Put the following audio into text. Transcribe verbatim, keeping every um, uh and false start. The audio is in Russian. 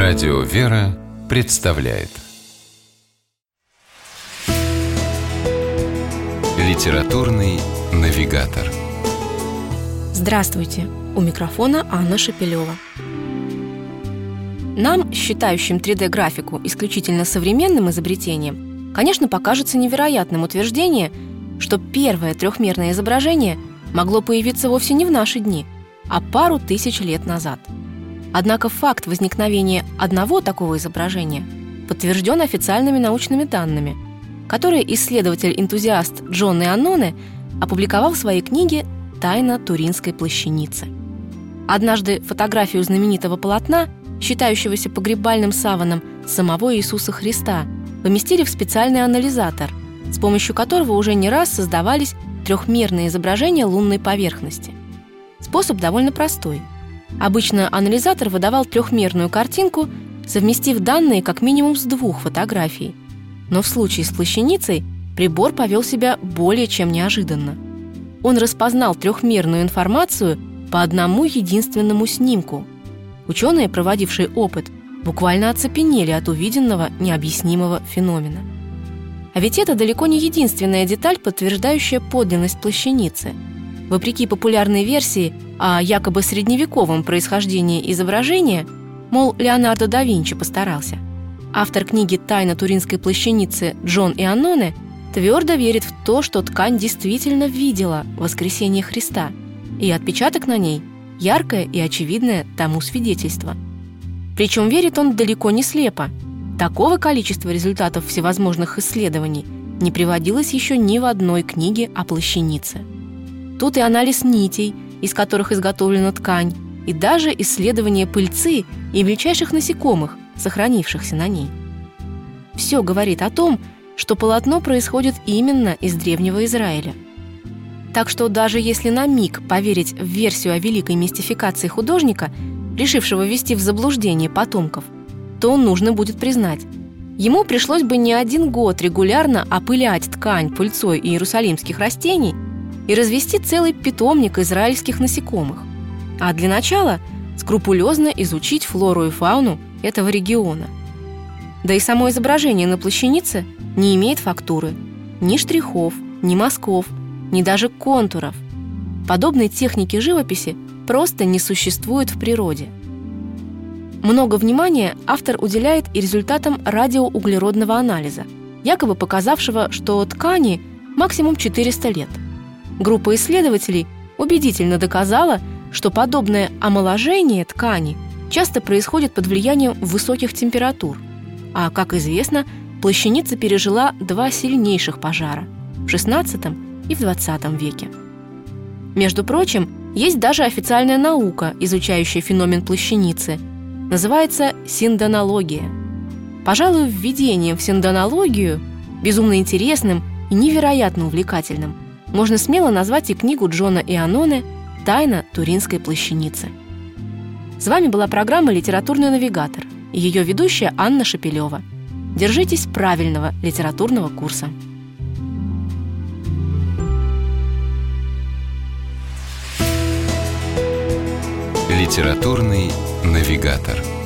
Радио «Вера» представляет Литературный навигатор. Здравствуйте! У микрофона Анна Шапилева. Нам, считающим три дэ-графику исключительно современным изобретением, конечно, покажется невероятным утверждение, что первое трехмерное изображение могло появиться вовсе не в наши дни, а пару тысяч лет назад. Однако факт возникновения одного такого изображения подтвержден официальными научными данными, которые исследователь-энтузиаст Джон Ианноне опубликовал в своей книге «Тайна Туринской плащаницы». Однажды фотографию знаменитого полотна, считающегося погребальным саваном самого Иисуса Христа, поместили в специальный анализатор, с помощью которого уже не раз создавались трехмерные изображения лунной поверхности. Способ довольно простой. Обычно анализатор выдавал трехмерную картинку, совместив данные как минимум с двух фотографий. Но в случае с плащаницей прибор повел себя более чем неожиданно. Он распознал трехмерную информацию по одному единственному снимку. Ученые, проводившие опыт, буквально оцепенели от увиденного необъяснимого феномена. А ведь это далеко не единственная деталь, подтверждающая подлинность плащаницы. Вопреки популярной версии о якобы средневековом происхождении изображения, мол, Леонардо да Винчи постарался, автор книги «Тайна Туринской плащаницы» Джон Ианноне твердо верит в то, что ткань действительно видела воскресение Христа, и отпечаток на ней – яркое и очевидное тому свидетельство. Причем верит он далеко не слепо. Такого количества результатов всевозможных исследований не приводилось еще ни в одной книге о плащанице. Тут и анализ нитей, из которых изготовлена ткань, и даже исследование пыльцы и мельчайших насекомых, сохранившихся на ней. Все говорит о том, что полотно происходит именно из Древнего Израиля. Так что даже если на миг поверить в версию о великой мистификации художника, решившего ввести в заблуждение потомков, то нужно будет признать, ему пришлось бы не один год регулярно опылять ткань пыльцой иерусалимских растений и развести целый питомник израильских насекомых, а для начала скрупулезно изучить флору и фауну этого региона. Да и само изображение на плащанице не имеет фактуры, ни штрихов, ни мазков, ни даже контуров. Подобной техники живописи просто не существует в природе. Много внимания автор уделяет и результатам радиоуглеродного анализа, якобы показавшего, что ткани максимум четыреста лет. Группа исследователей убедительно доказала, что подобное омоложение ткани часто происходит под влиянием высоких температур. А, как известно, плащаница пережила два сильнейших пожара в шестнадцатом и в двадцатом веке. Между прочим, есть даже официальная наука, изучающая феномен плащаницы. Называется синдонология. Пожалуй, введением в синдонологию, безумно интересным и невероятно увлекательным, можно смело назвать и книгу Джона Ианноне «Тайна Туринской плащаницы». С вами была программа «Литературный навигатор» и ее ведущая Анна Шапилева. Держитесь правильного литературного курса. Литературный навигатор.